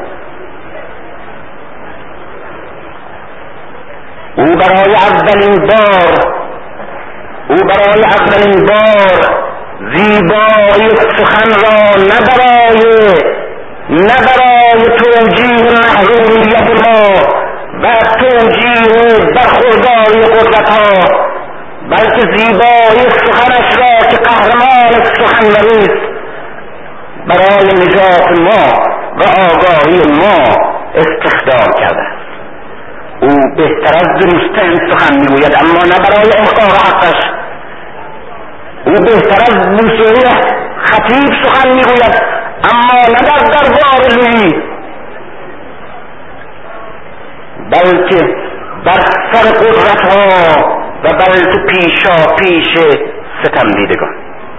او برای اولین بار او برای اولین بار زیبایی سخن را نه برای نه برای توجیه محرومیت ما و توجیه برخورداری قدرتها، بلکه زیبایی سخنش را که قهرمان سخنوری است برای نجات ما و آگاهی ما استخدام کرده. او بهتر از درستن سخن میگوید اما نه برای احقاق حقش. او بهتر از موسیقی خطیب سخن میگوید اما نه در دربار لویی، بلکه بر سر قدرت ها و بر تو پیشا پیش ستم دیدگان.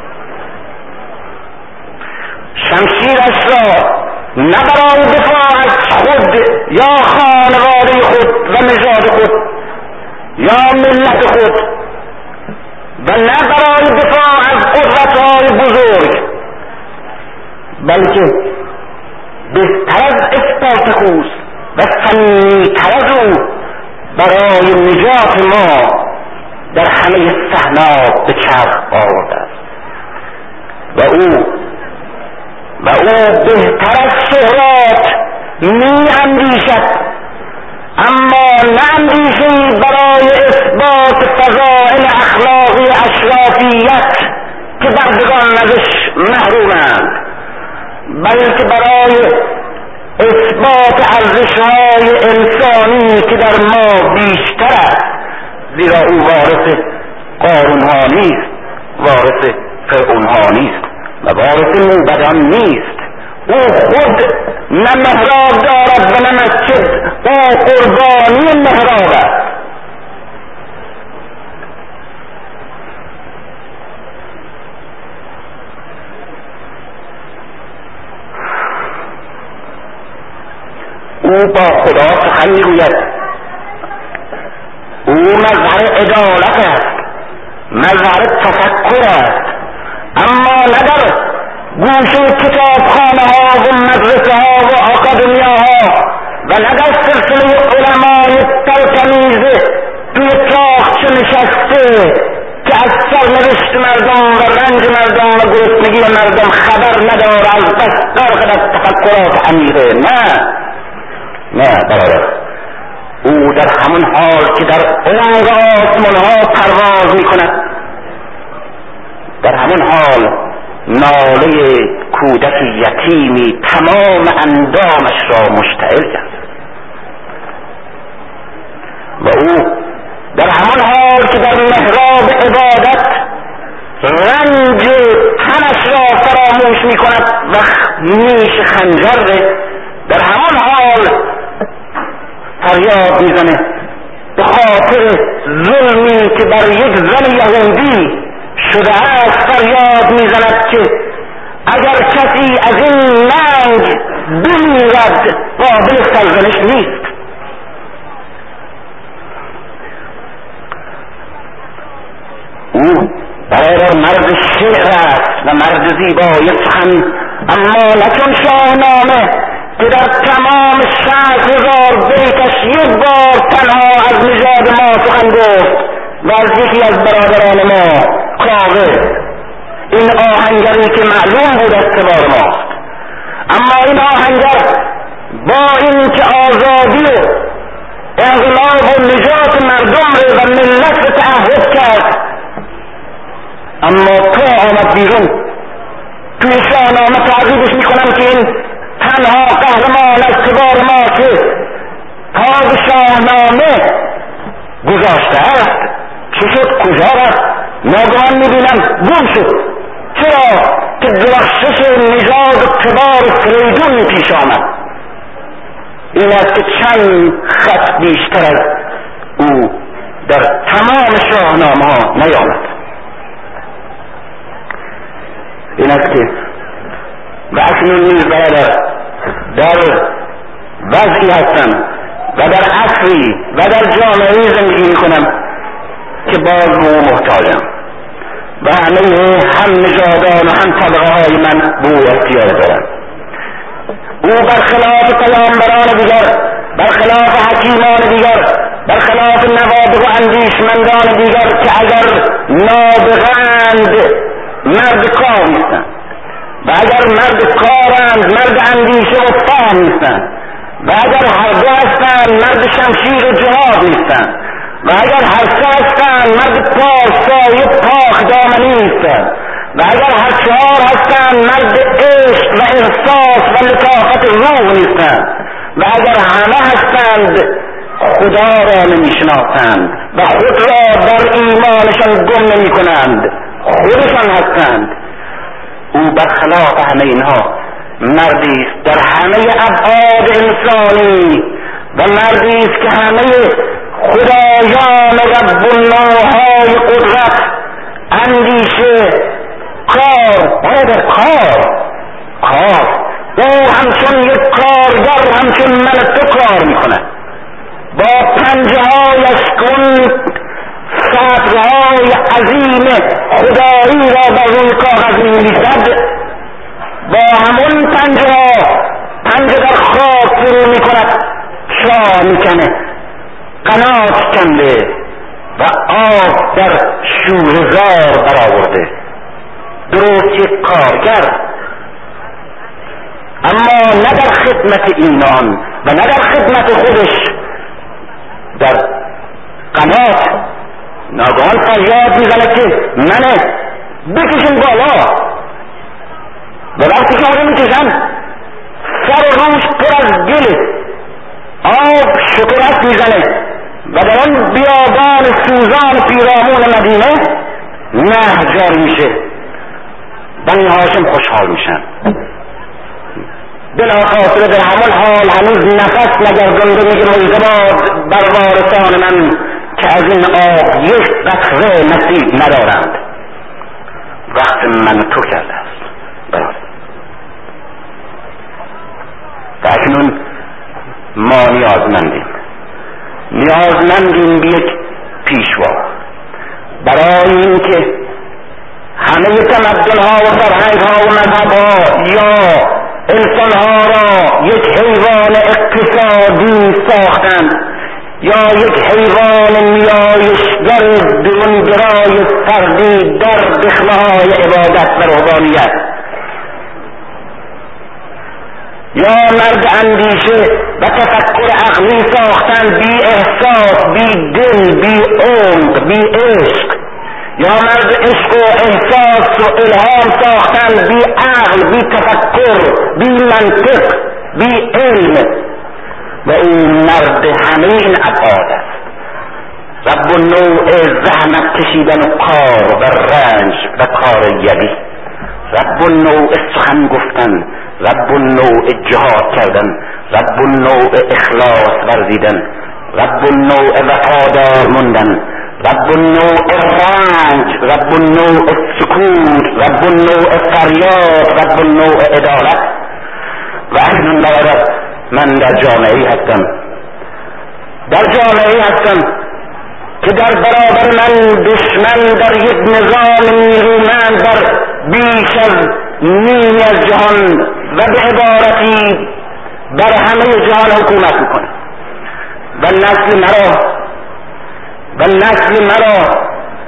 شمشیرش را نه برای دفاع از خود یا خانواده خود و نژاد خود یا ملت خود و نه برای دفاع از قدرت‌های بزرگ، بلکه بهتر از اسپارتاکوس و فنی‌تر از او برای نجات ما در همه صحنات به چرخ آورده است و او و او بهتر از شهرات می اندیشد، اما نه اندیشی برای اثبات فضائل اخلاقی اشرافیت که بردگان ازش محرومند، بلکه برای اثبات ارزش‌های انسانی که در ما بیشتر است، زیرا او وارث قارون‌ها نیست، وارث فرعون‌ها نیست و وارث موبدان نیست. او خود نه محراب دارد و نه مسجد، او قربانی محراب است. او با خدا سخن میگوید. او مظهر عدالت است، مظهر تفکر است، اما نه در گوشه کتابخانه ها و مدرسه ها و آکادمیا ها و نه در سلسله علمای ترتمیز توی تاخچه نشسته که از سرنوشت مردم و رنج مردم و گرسنگی مردم خبر نداره، از بس غرق در تفکرات عمیقه. نه نه برادر، او در همون حال که در عمق آسمان ها پرواز می کند، در همون حال ناله کودک یتیمی تمام اندامش را مشتعل کرد و او در همون حال که در محراب عبادت رنج تنش را فراموش می کند و نیش خنجر، در همون حال فریاد می زنه به خاطر ظلمی که بر یک زن یهودی شده است. فریاد می زند که اگر کسی از این ننگ بمیرد قابل سرزنش نیست. او برادر مرد شعر است و مرد زیبای سخن، اما نه چون شاهنامه که در تمام شصت هزار بیتش یک بار تنها از نژاد ما سخن گفت و از یکی از برادران ما کاوه، این آهنگری که معلوم بود از تبار ماست. اما این آهنگر با این که آزادی و انقلاب و نجات مردم و ملت رو تعهد کرد، اما تا آمد بیرون توی شاهنامه تعریفش میکنم که این تنها قهرمان از کبار ما که تاج شاهنامه گذاشته است چه شد؟ کجا رفت؟ ناگهان میبینم گم شد. چرا؟ که درخشش نژاد کبار فریدون پیش آمد. این است که چند خط بیشتر از او در تمام شاهنامه ها نیامد. این است که و اکنون نیز برادر در وضعی هستم و در عصری و در جامعه زندگی میکنم که باز به او محتاجم و همه هم نژادان و هم طبقه های من به او احتیاج دارم. او برخلاف پیامبران دیگر، برخلاف حکیمان دیگر، برخلاف نوابغ و اندیشمندان دیگر که اگر نابغند مرد کار نیستند و اگر مرد کارند مرد اندیشه و فهم نیستند و اگر هر دو هستند مرد شمشیر و جهاد نیستند و اگر هر سه هستند مرد پارسایی پاک دامنی نیستند و اگر هر چهار هستند مرد عشق و احساس و لطافت روح نیستند و اگر همه هستند خدا را نمیشناسند و خود را در ایمانشان گم نمی کنند، خودشان هستند. او برخلاف همه اینها مردی است در همه ابعاد انسانی و مردی است که همه خدایان رب النوعهای قدرت، اندیشه، کار، باید کار کار او همچون یک کارگر، همچون من تو کار میکنه، با پنجه هایش کن سطرهای عظیم خدایی را بر روی کاغذ می‌نویسد، با همون پنجه ها پنجه در خاک فرو میکند، چا میکنه، قنات کنده و آب در شوره‌زار برآورده. درست یک کارگر، اما نه در خدمت اینان و نه در خدمت خودش، در قنات ناگهان فریاد میزنه که منه، بکشن بالا. و وقتی که اونو میکشن سر و روش پر از گل، آب شکلات میزنه و در آن بیابان سوزان پیرامون مدینه نهر جاری میشه. بنی هاشم خوشحال میشن، بلافاصله در همون حال هنوز نفس نگردنده میگه موزه باد بر وارثان من که از این آب یک قطره نصیب ندارند. وقت من تو کرده است برای و اکنون ما نیازمندیم نیازمندیم به یک پیشوا برای این که همه تمدن‌ها و فرهنگ‌ها و مذهب‌ها یا انسان‌ها را یک حیوان اقتصادی ساختند یا یک حیوان نیایشگر درونگرای فردی در دخمه‌های عبادت و روحانیت، یا مرد اندیشه و تفکر عقلی ساختن بی احساس، بی دل، بی عمق، بی عشق، یا مرد عشق و احساس و الهام ساختن بی عقل، بی تفکر، بی منطق، بی علم، و او مرد همه این ابعاد است. رب النوع زحمت کشیدن و کار و رنج و کار یدی، رب النوع سخن گفتن، رب النوع جهاد کردن، رب النوع اخلاص ورزیدن، رب النوع وفادار موندن، رب النوع رنج، رب النوع سکوت، رب النوع فریاد، رب النوع عدالت. و اکنون برادر من در جامعه هستم در جامعه هستم که در برابر من دشمن در یک نظام نیرومند در بیش از نیمی از جهان و به عبارتی بر همه جهان حکومت میکنه و نسل مرا و نسل مرا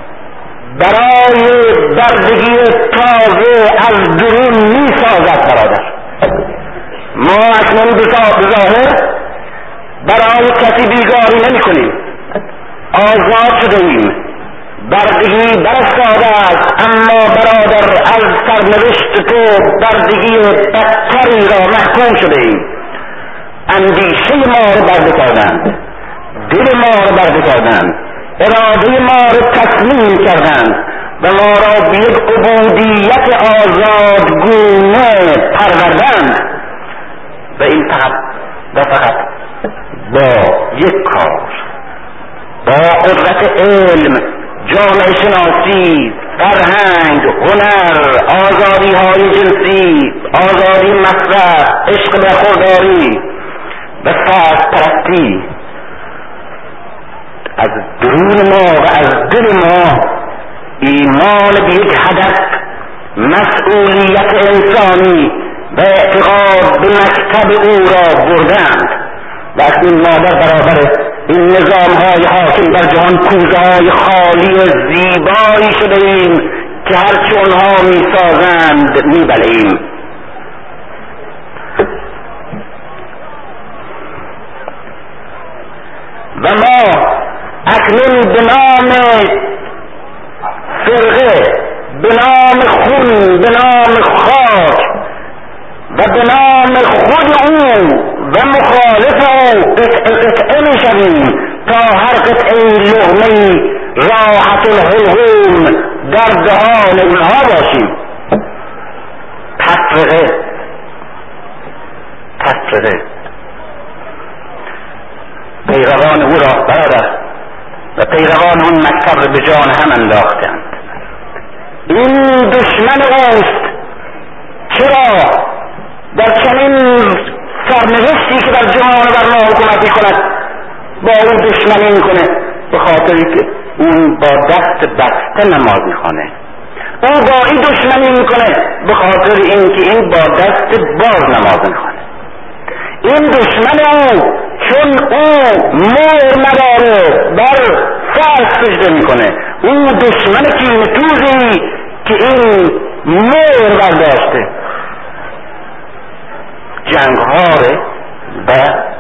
برای بردگی تازه از درون می سازد. برادر ما اکنون بظاهر برای کسی بیگاری نمی کنیم، آزاد شده ایم، بردگی برستاده است، اما برادر از سرنوشت تو بردگی بدتری را محکوم شده ایم. اندیشه ما را برده کردند، دل ما را برده کردند، اراده ما را تسلیم کردند و ما را به یک عبودیت آزادگونه پروردند و این فقط و فقط با یک کار، با قدرت علم، جامعه شناسی، فرهنگ، هنر، آزادی های جنسی، آزادی مصرف، عشق برخورداری و فرد پرستی از درون ما و از دل ما ایمان به یک هدف، مسئولیت انسانی و اعتقاد به مکتب او را بردند و اکنون ما در برابر این نظام های حاکم در جهان کوزه های خالی و زیبایی شده ایم که هرچی اونها می سازند می بلیم. و ما اکنون به نام فرقه، به نام خون، به نام خاک و به نام خود او و مخالف او قطعه می شویم تا هر قطعه لقمه راحت الحلقوم در دهان اونها باشیم. تفرقه تفرقه پیروان او را برادر و پیروان اون مکتب رو به جان هم انداختند. این دشمن اوست. چرا در چنین سرنوشتی که در جهان بر ما حکومتی کند با او دشمنی کنه؟ به خاطری که اون با دست بسته نماز میخوانه. او با این دشمنی میکنه به خاطر اینکه این با دست باز نماز میخوانه. این دشمن او چون او مور نداره بر سر سجده میکنه. او دشمن کینه توزی که این مور برداشته. جنگ ها رو و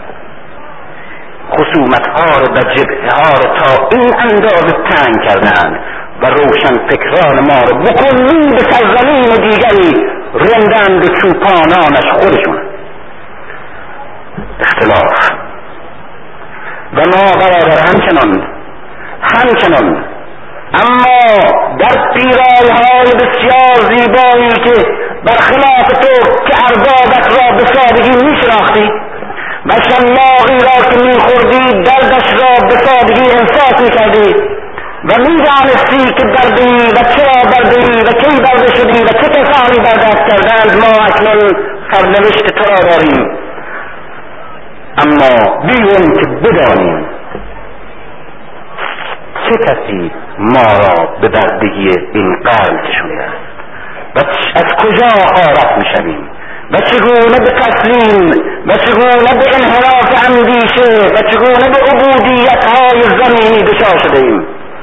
خصومت ها رو و جبهه ها رو تا این اندازه تنگ کردن و روشن فکران ما رو بکنی به سرزمین دیگری رندن به چوپانانش خودشون. اختلاف و ما برادر همچنان همچنان اما در پیرایهای بسیار زیبایی که برخلاف تو که اربابت را به سادگی میشناختی و شلاقی را که میخوردی دردش را به سادگی انصاف میکردی و میدانستی که بردی و چرا بردی و کی برده شدی و چه کسانی بردت کردند، ما اکنون سرنوشت تو را داریم. اما بیون که بدانیم چه کسی ما را به بردگی این قرن کشونده است و از کجا غارت میشویم و چگونه به تسلیم و چگونه به انحراف اندیشه و چگونه به عبودیت های زمینی دچار شده ایم.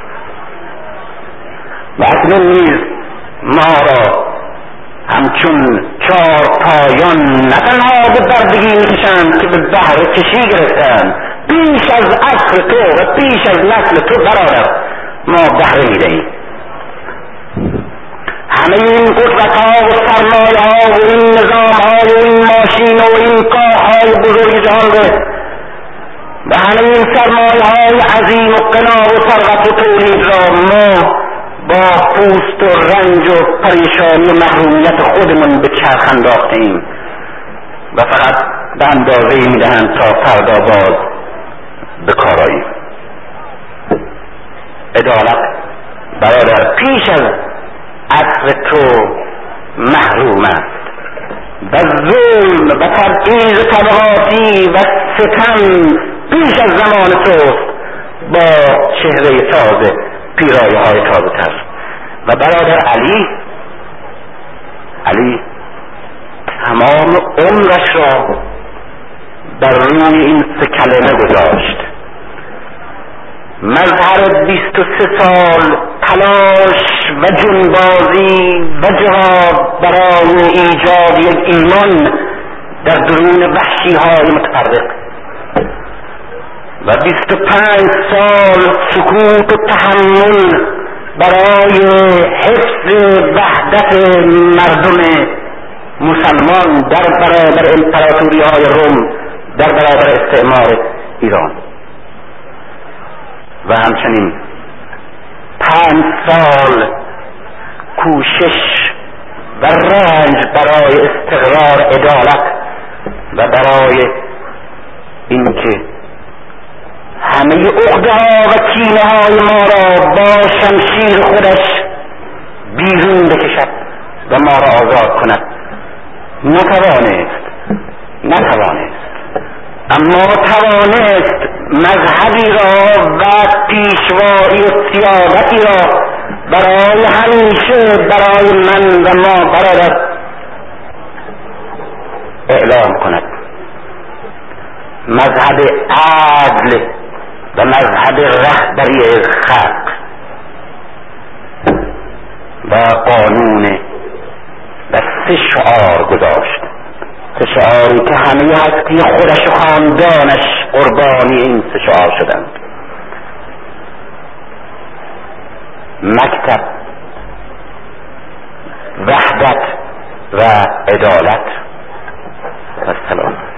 و اکنون نیز ما را همچون چار پایان نه تنها به بردگی میکشند که به بهره کشی گرفتند. پیش از عصر تو و پیش از نسل تو برادر ما بهره میدهیم. همه این قدرت ها و سرمایه ها و این نظام ها و این ماشین و این کاه های بزرگ جهان رو و همه این سرمایه های عظیم و قنا و ثروت و تولید را ما با پوست و رنج و پریشانی و محرومیت خودمون به چرخ انداخته ایم و فقط به اندازه میدهند تا فردا باز به کار آییم. عدالت برادر پیش از عصر تو محروم است و ظلم و تبعیض طبقاتی و ستم پیش از زمان توست با چهره تازه پیرایه های تازه تر. و برادر علی علی تمام عمرش را بر روی این سه کلمه گذاشت. مظهر بیست و سه سال تلاش و جنبازی و جهاد برای ایجاد یک ایمان در درون وحشی های متفرق و بیست و پنج سال سکوت و تحمل برای حفظ وحدت مردم مسلمان در برابر امپراتوری های روم، در برابر استعمار ایران. و همچنین پنج سال کوشش و رنج برای استقرار عدالت و برای اینکه همه عقده‌ها و کینه‌های ما را با شمشیر خودش بیرون بکشد و ما را آزاد کند. نتوانست نتوانست اما توانست مذهبی را و پیشوایی و سیادتی را برای همیشه برای من و ما برادر اعلام کند. مذهب عدل و مذهب رهبری خلق و قانون و سه شعار گذاشت. سه شعاری که همه هستی خودش و خاندانش قربانی این سه شعار شدند. مکتب، وحدت و عدالت. و السلام.